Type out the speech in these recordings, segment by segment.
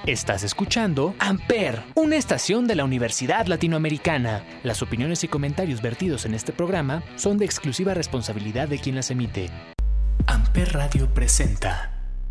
Estás escuchando Amper, una estación de la Universidad Latinoamericana. Las opiniones y comentarios vertidos en este programa son de exclusiva responsabilidad de quien las emite. Amper Radio presenta.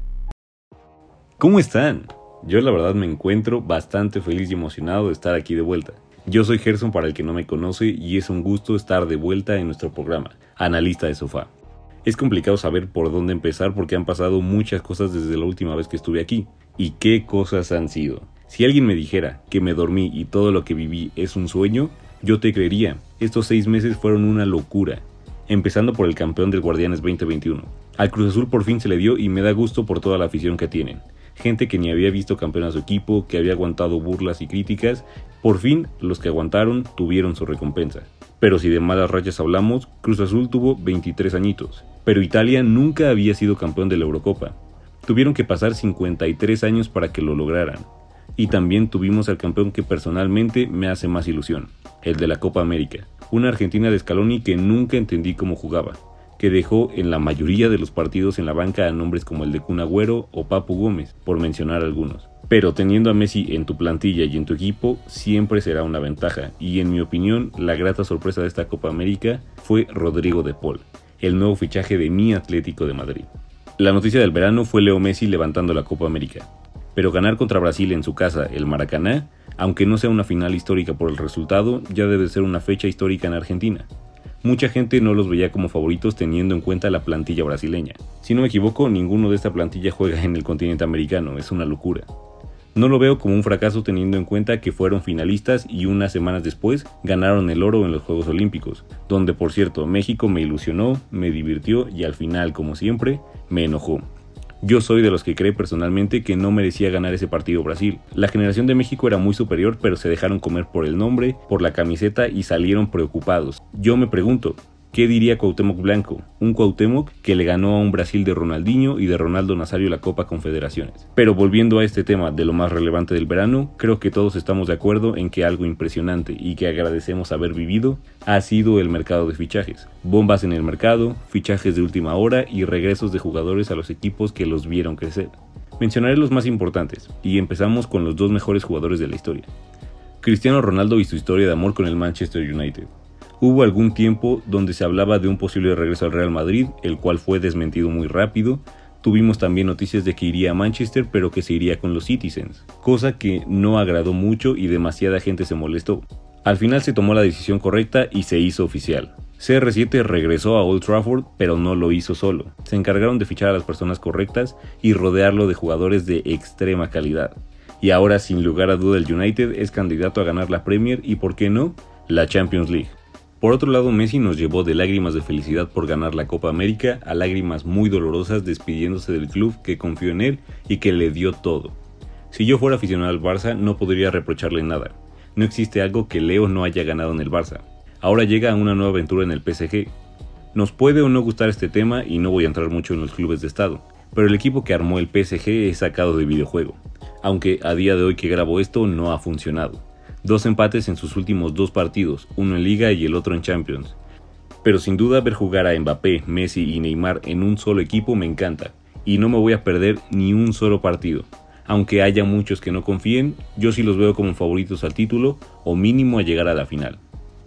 ¿Cómo están? Yo la verdad me encuentro bastante feliz y emocionado de estar aquí de vuelta. Yo soy Gerson para el que no me conoce y es un gusto estar de vuelta en nuestro programa, Analista de Sofá. Es complicado saber por dónde empezar porque han pasado muchas cosas desde la última vez que estuve aquí. ¿Y qué cosas han sido? Si alguien me dijera que me dormí y todo lo que viví es un sueño, yo te creería. Estos 6 meses fueron una locura. Empezando por el campeón del Guardianes 2021. Al Cruz Azul por fin se le dio y me da gusto por toda la afición que tienen. Gente que ni había visto campeón a su equipo, que había aguantado burlas y críticas. Por fin, los que aguantaron tuvieron su recompensa. Pero si de malas rachas hablamos, Cruz Azul tuvo 23 añitos. Pero Italia nunca había sido campeón de la Eurocopa. Tuvieron que pasar 53 años para que lo lograran. Y también tuvimos al campeón que personalmente me hace más ilusión, el de la Copa América. Una Argentina de Scaloni que nunca entendí cómo jugaba, que dejó en la mayoría de los partidos en la banca a nombres como el de Kun Agüero o Papu Gómez, por mencionar algunos. Pero teniendo a Messi en tu plantilla y en tu equipo, siempre será una ventaja. Y en mi opinión, la grata sorpresa de esta Copa América fue Rodrigo de Paul, el nuevo fichaje de mi Atlético de Madrid. La noticia del verano fue Leo Messi levantando la Copa América. Pero ganar contra Brasil en su casa, el Maracaná, aunque no sea una final histórica por el resultado, ya debe ser una fecha histórica en Argentina. Mucha gente no los veía como favoritos teniendo en cuenta la plantilla brasileña. Si no me equivoco, ninguno de esta plantilla juega en el continente americano, es una locura. No lo veo como un fracaso teniendo en cuenta que fueron finalistas y unas semanas después ganaron el oro en los Juegos Olímpicos, donde por cierto México me ilusionó, me divirtió y al final, como siempre, me enojó. Yo soy de los que cree personalmente que no merecía ganar ese partido Brasil. La generación de México era muy superior, pero se dejaron comer por el nombre, por la camiseta y salieron preocupados. Yo me pregunto, ¿qué diría Cuauhtémoc Blanco? Un Cuauhtémoc que le ganó a un Brasil de Ronaldinho y de Ronaldo Nazario la Copa Confederaciones. Pero volviendo a este tema de lo más relevante del verano, creo que todos estamos de acuerdo en que algo impresionante y que agradecemos haber vivido ha sido el mercado de fichajes. Bombas en el mercado, fichajes de última hora y regresos de jugadores a los equipos que los vieron crecer. Mencionaré los más importantes y empezamos con los 2 mejores jugadores de la historia. Cristiano Ronaldo y su historia de amor con el Manchester United. Hubo algún tiempo donde se hablaba de un posible regreso al Real Madrid, el cual fue desmentido muy rápido. Tuvimos también noticias de que iría a Manchester, pero que se iría con los Citizens, cosa que no agradó mucho y demasiada gente se molestó. Al final se tomó la decisión correcta y se hizo oficial. CR7 regresó a Old Trafford, pero no lo hizo solo. Se encargaron de fichar a las personas correctas y rodearlo de jugadores de extrema calidad. Y ahora, sin lugar a duda, el United es candidato a ganar la Premier y, ¿por qué no?, la Champions League. Por otro lado, Messi nos llevó de lágrimas de felicidad por ganar la Copa América a lágrimas muy dolorosas despidiéndose del club que confió en él y que le dio todo. Si yo fuera aficionado al Barça, no podría reprocharle nada. No existe algo que Leo no haya ganado en el Barça. Ahora llega a una nueva aventura en el PSG. Nos puede o no gustar este tema y no voy a entrar mucho en los clubes de estado, pero el equipo que armó el PSG es sacado de videojuego, aunque a día de hoy que grabo esto no ha funcionado. 2 empates en sus últimos 2 partidos, uno en Liga y el otro en Champions. Pero sin duda ver jugar a Mbappé, Messi y Neymar en un solo equipo me encanta, y no me voy a perder ni un solo partido. Aunque haya muchos que no confíen, yo sí los veo como favoritos al título o mínimo a llegar a la final.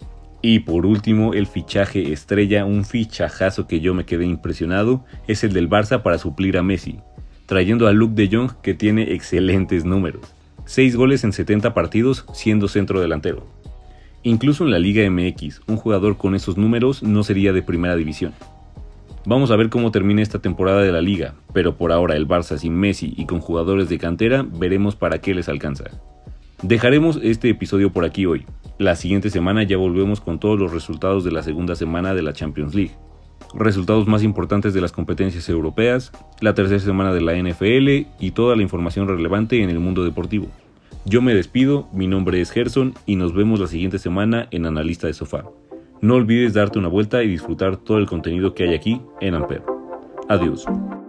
Y por último, el fichaje estrella, un fichajazo que yo me quedé impresionado, es el del Barça para suplir a Messi, trayendo a Luuk de Jong que tiene excelentes números. 6 goles en 70 partidos siendo centro delantero. Incluso en la Liga MX, un jugador con esos números no sería de primera división. Vamos a ver cómo termina esta temporada de la Liga, pero por ahora el Barça sin Messi y con jugadores de cantera veremos para qué les alcanza. Dejaremos este episodio por aquí hoy. La siguiente semana ya volvemos con todos los resultados de la segunda semana de la Champions League. Resultados más importantes de las competencias europeas, la tercera semana de la NFL y toda la información relevante en el mundo deportivo. Yo me despido, mi nombre es Gerson y nos vemos la siguiente semana en Analista de Sofá. No olvides darte una vuelta y disfrutar todo el contenido que hay aquí en Amper. Adiós.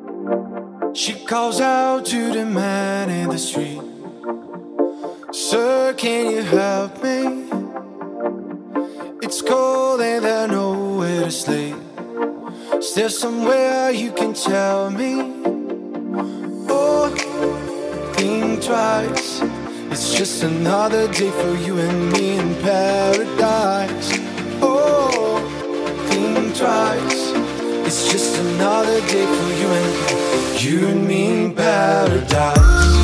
She calls out to the man in the street. Sir, can you help me? It's cold and there's nowhere to sleep. Is there somewhere you can tell me? Oh, think think twice. It's just another day for you and me in paradise. Oh, think twice. It's just another day for you and me in paradise.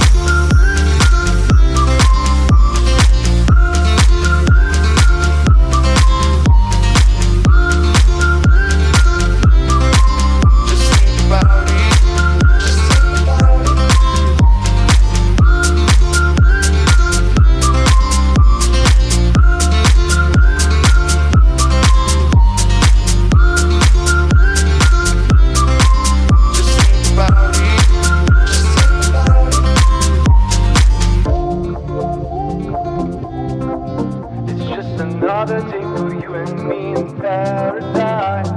Another day for you and me in paradise.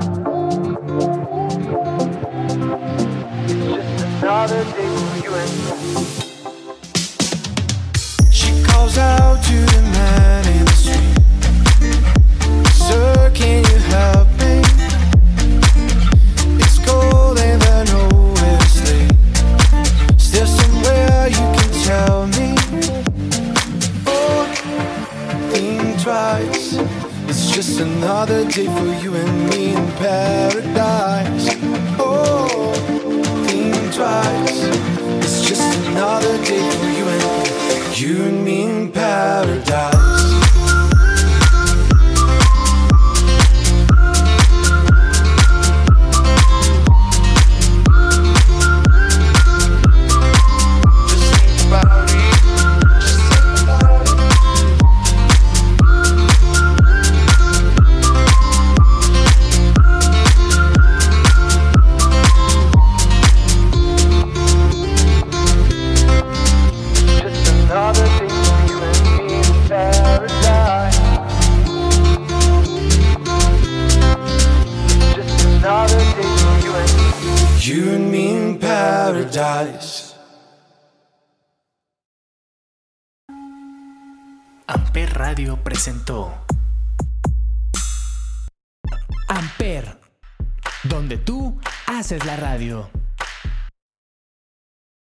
It's just another day for you and me. She calls out to the man in the street. Sir, can you help me? It's cold and I know where to sleep. Is there somewhere you can tell me? Twice. It's just another day for you and me in paradise. Oh, think twice. It's just another day for you and me in paradise. You and me in paradise. Amper Radio presentó Amper, donde tú haces la radio.